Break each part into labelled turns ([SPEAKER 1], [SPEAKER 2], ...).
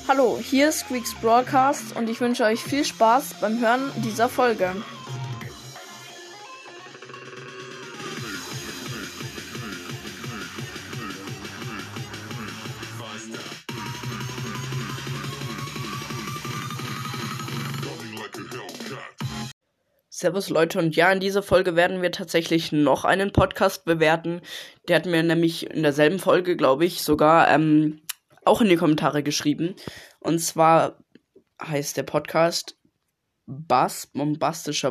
[SPEAKER 1] Hallo, hier ist Squeaks Broadcast und ich wünsche euch viel Spaß beim Hören dieser Folge. Servus Leute, und ja, in dieser Folge werden wir tatsächlich noch einen Podcast bewerten. Der hat mir nämlich in derselben Folge, glaube ich, sogar auch in die Kommentare geschrieben. Und zwar heißt der Podcast Bass Bombastischer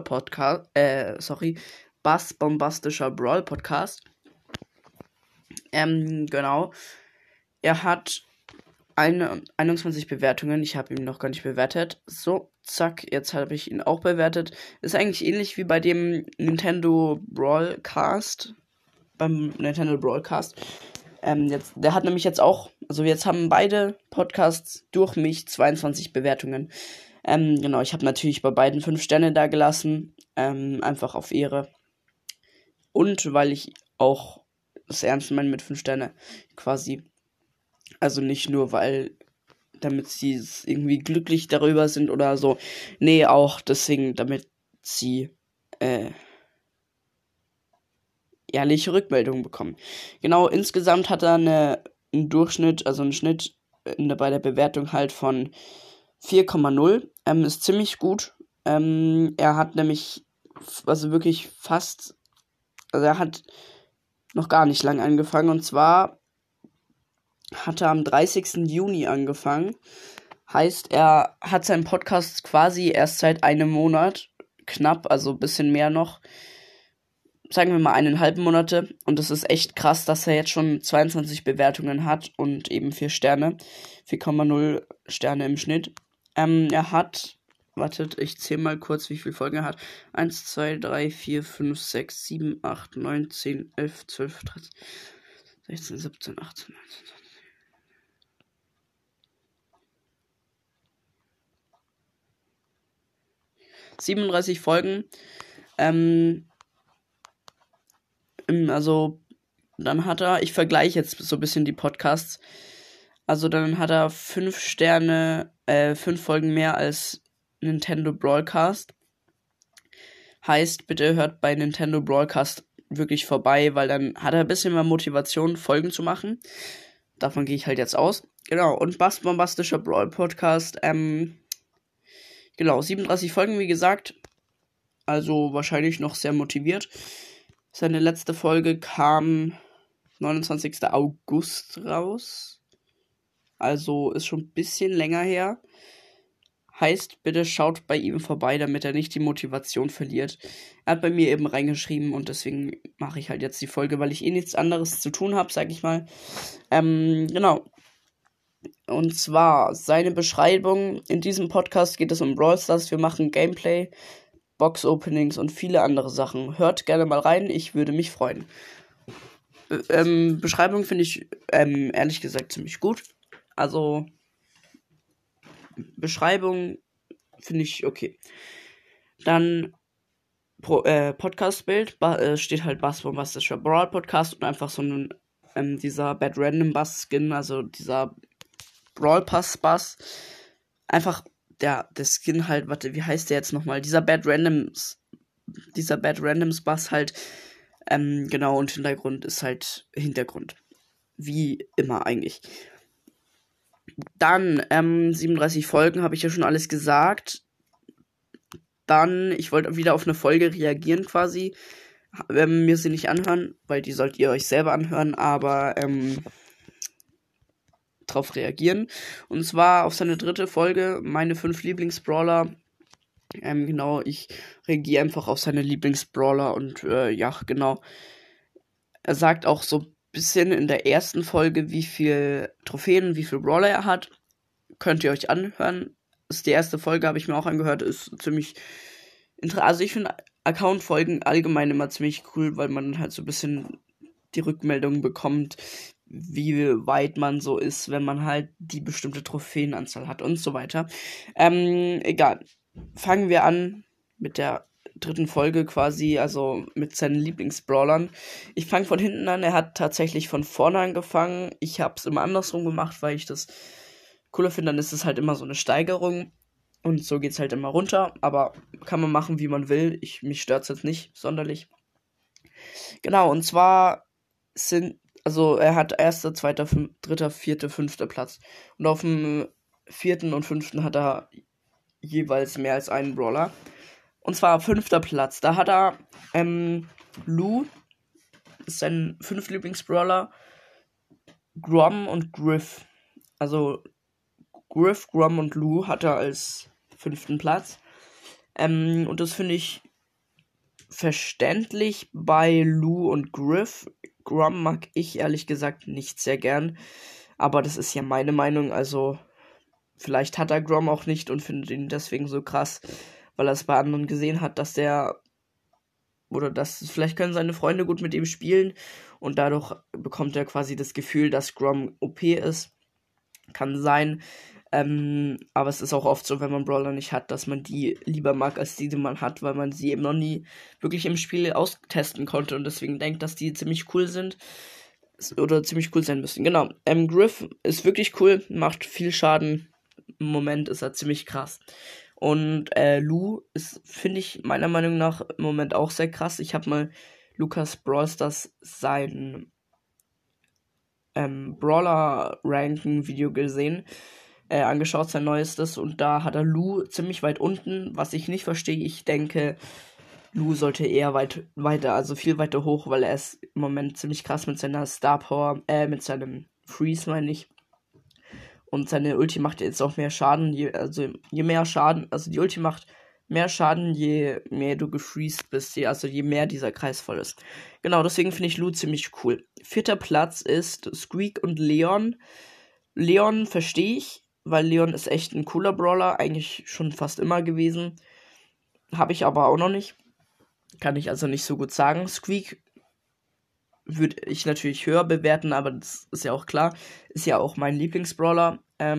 [SPEAKER 1] Brawl Podcast. Genau. Er hat 21 Bewertungen. Ich habe ihn noch gar nicht bewertet. So, zack, jetzt habe ich ihn auch bewertet. Ist eigentlich ähnlich wie bei dem Nintendo Brawlcast. Beim Nintendo Brawlcast. Der hat nämlich jetzt auch, also jetzt haben beide Podcasts durch mich 22 Bewertungen. Genau, ich habe natürlich bei beiden 5 Sterne da gelassen. Einfach auf Ehre. Und weil ich auch das ernst meine mit 5 Sterne quasi. Also nicht nur, damit sie irgendwie glücklich darüber sind oder so. Nee, auch deswegen, damit sie ehrliche Rückmeldungen bekommen. Genau, insgesamt hat er einen Durchschnitt, also einen Schnitt bei der Bewertung halt von 4,0. Ist ziemlich gut. Er hat nämlich, also wirklich fast, also er hat noch gar nicht lang angefangen. Und zwar hat er am 30. Juni angefangen. Heißt, er hat seinen Podcast quasi erst seit einem Monat, knapp, also ein bisschen mehr noch, sagen wir mal 1,5 Monate. Und es ist echt krass, dass er jetzt schon 22 Bewertungen hat und eben 4 Sterne. 4,0 Sterne im Schnitt. Er hat, wartet, ich zähle mal kurz, wie viele Folgen er hat. 1, 2, 3, 4, 5, 6, 7, 8, 9, 10, 11, 12, 13, 16, 17, 18, 19, 20. 37 Folgen. Also, dann hat er, ich vergleiche jetzt so ein bisschen die Podcasts. Also, dann hat er 5 Sterne, 5 Folgen mehr als Nintendo Brawlcast. Heißt, bitte hört bei Nintendo Brawlcast wirklich vorbei, weil dann hat er ein bisschen mehr Motivation, Folgen zu machen. Davon gehe ich halt jetzt aus. Genau, und Bass Bombastischer Brawl Podcast, genau, 37 Folgen, wie gesagt. Also wahrscheinlich noch sehr motiviert. Seine letzte Folge kam 29. August raus. Also ist schon ein bisschen länger her. Heißt, bitte schaut bei ihm vorbei, damit er nicht die Motivation verliert. Er hat bei mir eben reingeschrieben und deswegen mache ich halt jetzt die Folge, weil ich nichts anderes zu tun habe, sag ich mal. Genau. Und zwar seine Beschreibung. In diesem Podcast geht es um Brawl Stars. Wir machen Gameplay, Box-Openings und viele andere Sachen. Hört gerne mal rein, ich würde mich freuen. Beschreibung finde ich ehrlich gesagt ziemlich gut. Also Beschreibung finde ich okay. Dann Podcast-Bild steht halt Bass Bombastischer Brawl Podcast und einfach so ein dieser Bad Random Bass Skin, also dieser Brawl Pass Bass. Einfach der Skin halt, warte, wie heißt der jetzt nochmal? Dieser Bad Randoms Bass halt. Genau, und Hintergrund ist halt Hintergrund. Wie immer eigentlich. Dann 37 Folgen, habe ich ja schon alles gesagt. Dann, ich wollte wieder auf eine Folge reagieren quasi. Mir sie nicht anhören, weil die sollt ihr euch selber anhören, aber drauf reagieren. Und zwar auf seine 3. Folge, meine 5 Lieblingsbrawler. Genau, ich reagiere einfach auf seine Lieblingsbrawler und ja, genau. Er sagt auch so ein bisschen in der ersten Folge, wie viel Trophäen, wie viel Brawler er hat. Könnt ihr euch anhören. Das ist die erste Folge, habe ich mir auch angehört. Ist ziemlich interessant. Also ich finde Account-Folgen allgemein immer ziemlich cool, weil man halt so ein bisschen die Rückmeldung bekommt, wie weit man so ist, wenn man halt die bestimmte Trophäenanzahl hat und so weiter. Egal. Fangen wir an mit der 3. Folge quasi, also mit seinen Lieblingsbrawlern. Ich fange von hinten an, er hat tatsächlich von vorne angefangen. Ich habe es immer andersrum gemacht, weil ich das cooler finde, dann ist es halt immer so eine Steigerung. Und so geht's halt immer runter. Aber kann man machen, wie man will. Mich stört's jetzt nicht sonderlich. Genau, und zwar also er hat erster, zweiter, dritter, vierter, fünfter Platz. Und auf dem vierten und fünften hat er jeweils mehr als einen Brawler. Und zwar fünfter Platz. Da hat er Lou, ist sein 5 Lieblingsbrawler, Grom und Griff. Also Griff, Grom und Lou hat er als 5. Platz. Und das finde ich verständlich bei Lou und Griff. Grom mag ich ehrlich gesagt nicht sehr gern. Aber das ist ja meine Meinung. Also vielleicht hat er Grom auch nicht und findet ihn deswegen so krass, weil er es bei anderen gesehen hat, dass vielleicht können seine Freunde gut mit ihm spielen und dadurch bekommt er quasi das Gefühl, dass Grom OP ist. Kann sein. Aber es ist auch oft so, wenn man Brawler nicht hat, dass man die lieber mag als die man hat, weil man sie eben noch nie wirklich im Spiel austesten konnte und deswegen denkt, dass die ziemlich cool sind oder ziemlich cool sein müssen. Genau. Griff ist wirklich cool, macht viel Schaden. Im Moment ist er ziemlich krass. Und Lou ist, finde ich, meiner Meinung nach im Moment auch sehr krass. Ich habe mal Lukas Brawl Stars sein Brawler-Ranking-Video gesehen, angeschaut, sein neuestes. Und da hat er Lou ziemlich weit unten, was ich nicht verstehe. Ich denke, Lou sollte eher weiter, also viel weiter hoch, weil er ist im Moment ziemlich krass mit seiner Star Power, mit seinem Freeze, meine ich. Und seine Ulti macht jetzt auch mehr Schaden, je mehr Schaden, also die Ulti macht mehr Schaden, je mehr du gefreezed bist, je mehr dieser Kreis voll ist. Genau, deswegen finde ich Lou ziemlich cool. 4. Platz ist Squeak und Leon. Leon verstehe ich, weil Leon ist echt ein cooler Brawler, eigentlich schon fast immer gewesen. Habe ich aber auch noch nicht. Kann ich also nicht so gut sagen. Squeak würde ich natürlich höher bewerten, aber das ist ja auch klar. Ist ja auch mein Lieblingsbrawler.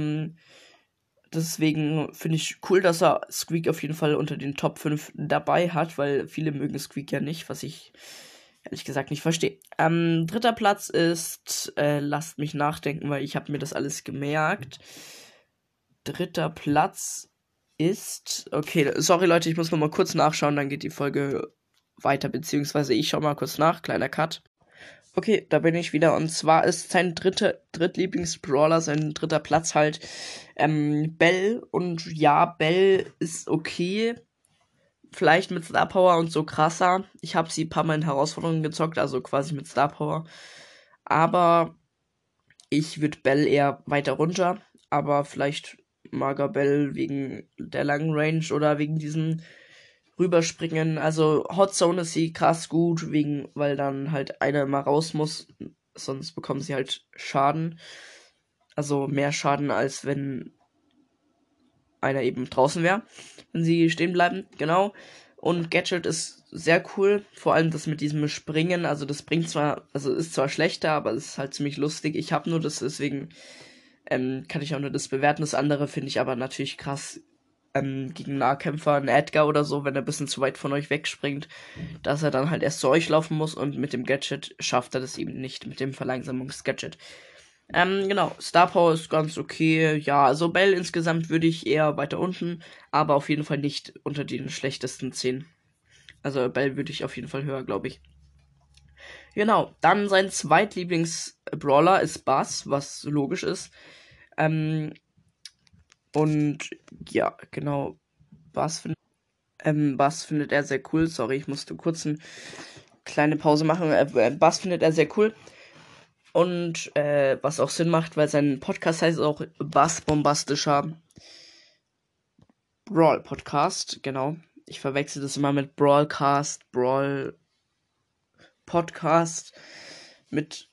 [SPEAKER 1] Deswegen finde ich cool, dass er Squeak auf jeden Fall unter den Top 5 dabei hat, weil viele mögen Squeak ja nicht, was ich ehrlich gesagt nicht verstehe. 3. Platz ist, lasst mich nachdenken, weil ich habe mir das alles gemerkt. 3. Platz ist, okay, sorry Leute, ich muss noch mal kurz nachschauen, dann geht die Folge weiter, beziehungsweise ich schaue mal kurz nach, kleiner Cut. Okay, da bin ich wieder. Und zwar ist sein drittlieblingsbrawler, sein 3. Platz halt Bell. Und ja, Bell ist okay. Vielleicht mit Star Power und so krasser. Ich habe sie ein paar Mal in Herausforderungen gezockt, also quasi mit Star Power. Aber ich würde Bell eher weiter runter. Aber vielleicht mag er Bell wegen der langen Range oder wegen diesen Rüberspringen. Also Hot Zone ist sie krass gut, weil dann halt einer immer raus muss, sonst bekommen sie halt Schaden. Also mehr Schaden, als wenn einer eben draußen wäre, wenn sie stehen bleiben, genau. Und Gadget ist sehr cool, vor allem das mit diesem Springen, also das bringt zwar, also ist zwar schlechter, aber es ist halt ziemlich lustig. Ich habe nur das, deswegen kann ich auch nur das bewerten. Das andere finde ich aber natürlich krass, gegen Nahkämpfer, einen Edgar oder so, wenn er ein bisschen zu weit von euch wegspringt, dass er dann halt erst zu euch laufen muss und mit dem Gadget schafft er das eben nicht, mit dem Verlangsamungsgadget. Genau, Star Power ist ganz okay, ja, also Bell insgesamt würde ich eher weiter unten, aber auf jeden Fall nicht unter den schlechtesten 10. Also Bell würde ich auf jeden Fall höher, glaube ich. Genau, dann sein Zweitlieblings-Brawler ist Buzz, was logisch ist. Und ja, genau. Buzz findet er sehr cool. Sorry, ich musste kurz eine kleine Pause machen. Buzz findet er sehr cool. Und was auch Sinn macht, weil sein Podcast heißt auch Buzz Bombastischer Brawl Podcast. Genau. Ich verwechsel das immer mit Brawlcast, Brawl Podcast, mit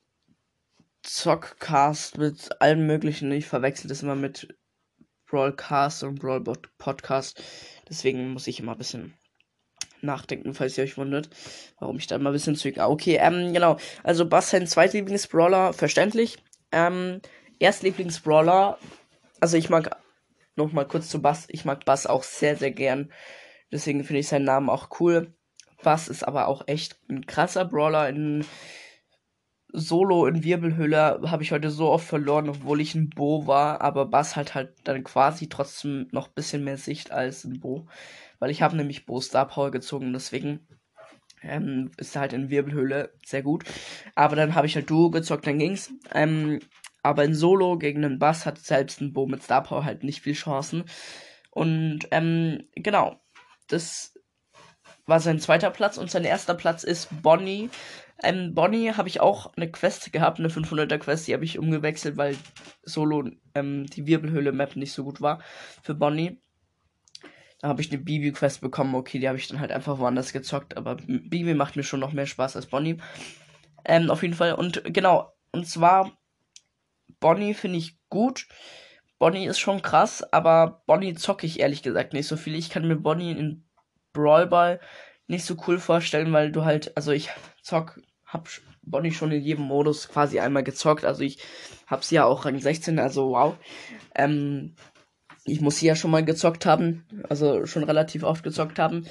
[SPEAKER 1] Zockcast, mit allem möglichen. Ich verwechsel das immer mit Brawlcast und Brawl Podcast. Deswegen muss ich immer ein bisschen nachdenken, falls ihr euch wundert, warum ich da immer ein bisschen zögere. Okay, genau. Also Buzz sein Zweitlieblingsbrawler, verständlich. Erstlieblingsbrawler, also ich mag, noch mal kurz zu Buzz, ich mag Buzz auch sehr, sehr gern. Deswegen finde ich seinen Namen auch cool. Buzz ist aber auch echt ein krasser Brawler in Solo in Wirbelhöhle habe ich heute so oft verloren, obwohl ich ein Bo war, aber Bass hat halt dann quasi trotzdem noch ein bisschen mehr Sicht als ein Bo, weil ich habe nämlich Bo Star Power gezogen, deswegen ist er halt in Wirbelhöhle sehr gut. Aber dann habe ich halt Duo gezockt, dann ging's. Aber in Solo gegen einen Bass hat selbst ein Bo mit Star Power halt nicht viel Chancen. Und genau, das war sein zweiter Platz und sein erster Platz ist Bonnie. Bonnie habe ich auch eine Quest gehabt, eine 500er Quest, die habe ich umgewechselt, weil Solo die Wirbelhöhle-Map nicht so gut war für Bonnie. Da habe ich eine Bibi-Quest bekommen, okay, die habe ich dann halt einfach woanders gezockt, aber Bibi macht mir schon noch mehr Spaß als Bonnie. Auf jeden Fall, und genau, und zwar Bonnie finde ich gut. Bonnie ist schon krass, aber Bonnie zocke ich ehrlich gesagt nicht so viel. Ich kann mir Bonnie in Brawl Ball nicht so cool vorstellen, weil du halt, also ich hab Bonnie schon in jedem Modus quasi einmal gezockt. Also ich hab sie ja auch Rang 16, also wow. Ich muss sie ja schon mal gezockt haben, also schon relativ oft gezockt haben.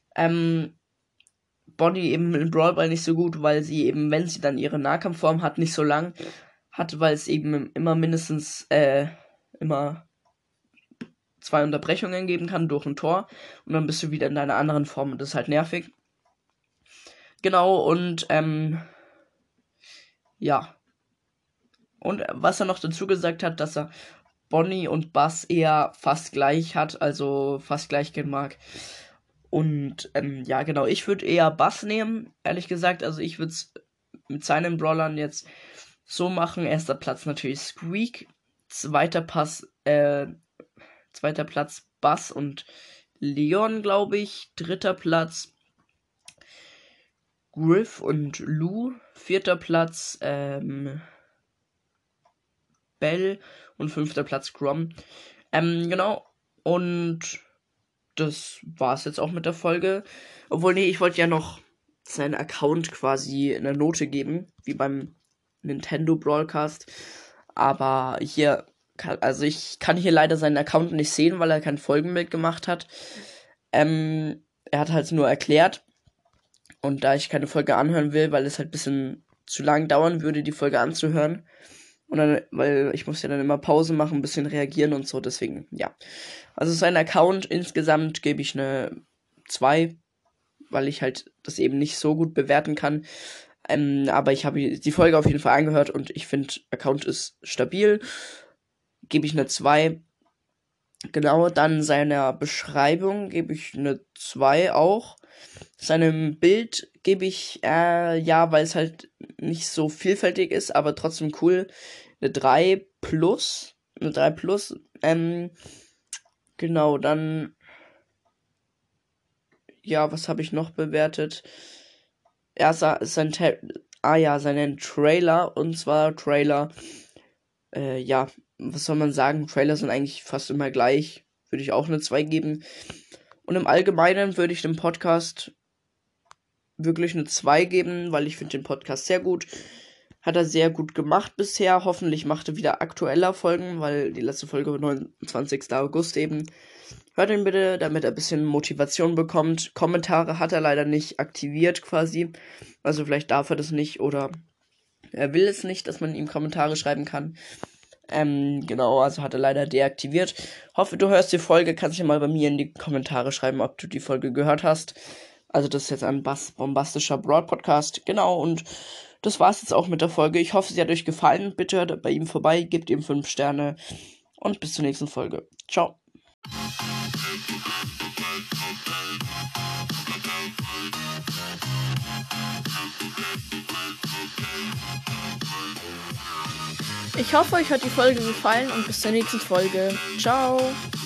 [SPEAKER 1] Bonnie eben in Brawl Ball nicht so gut, weil sie eben, wenn sie dann ihre Nahkampfform hat, nicht so lang hat, weil es eben immer mindestens immer 2 Unterbrechungen geben kann durch ein Tor und dann bist du wieder in deiner anderen Form und das ist halt nervig. Genau, und ja. Und was er noch dazu gesagt hat, dass er Bonnie und Bass eher fast gleich hat, also fast gleich gehen mag. Und ja, genau, ich würde eher Bass nehmen, ehrlich gesagt. Also ich würde es mit seinen Brawlern jetzt so machen. Erster Platz natürlich Squeak, zweiter Platz Bass und Leon, glaube ich. Dritter Platz Griff und Lou. Vierter Platz Bell und 5. Platz Grom. Genau. Und das war's jetzt auch mit der Folge. Obwohl, nee, ich wollte ja noch seinen Account quasi eine Note geben, wie beim Nintendo Broadcast. Aber hier, ich kann hier leider seinen Account nicht sehen, weil er kein Folgenbild gemacht hat. Er hat halt nur erklärt. Und da ich keine Folge anhören will, weil es halt ein bisschen zu lang dauern würde, die Folge anzuhören. Und dann, weil ich muss ja dann immer Pause machen, ein bisschen reagieren und so, deswegen, ja. Also sein Account insgesamt gebe ich eine 2, weil ich halt das eben nicht so gut bewerten kann. Aber ich habe die Folge auf jeden Fall angehört und ich finde, Account ist stabil. Gebe ich eine 2. Genau, dann seiner Beschreibung gebe ich eine 2 auch. Seinem Bild gebe ich, ja, weil es halt nicht so vielfältig ist, aber trotzdem cool, eine 3 plus. Eine 3 plus. Genau, dann, ja, was habe ich noch bewertet? Seinen Trailer, und zwar Trailer, ja, was soll man sagen? Trailer sind eigentlich fast immer gleich. Würde ich auch eine 2 geben. Und im Allgemeinen würde ich dem Podcast wirklich eine 2 geben, weil ich finde den Podcast sehr gut. Hat er sehr gut gemacht bisher. Hoffentlich macht er wieder aktueller Folgen, weil die letzte Folge war 29. August eben. Hört ihn bitte, damit er ein bisschen Motivation bekommt. Kommentare hat er leider nicht aktiviert quasi. Also vielleicht darf er das nicht oder er will es nicht, dass man ihm Kommentare schreiben kann. Genau, also hat er leider deaktiviert. Hoffe, du hörst die Folge. Kannst ja mal bei mir in die Kommentare schreiben, ob du die Folge gehört hast. Also das ist jetzt ein bombastischer Broad-Podcast. Genau, und das war's jetzt auch mit der Folge. Ich hoffe, sie hat euch gefallen. Bitte hört bei ihm vorbei, gebt ihm 5 Sterne und bis zur nächsten Folge. Ciao. Ich hoffe, euch hat die Folge gefallen und bis zur nächsten Folge. Ciao.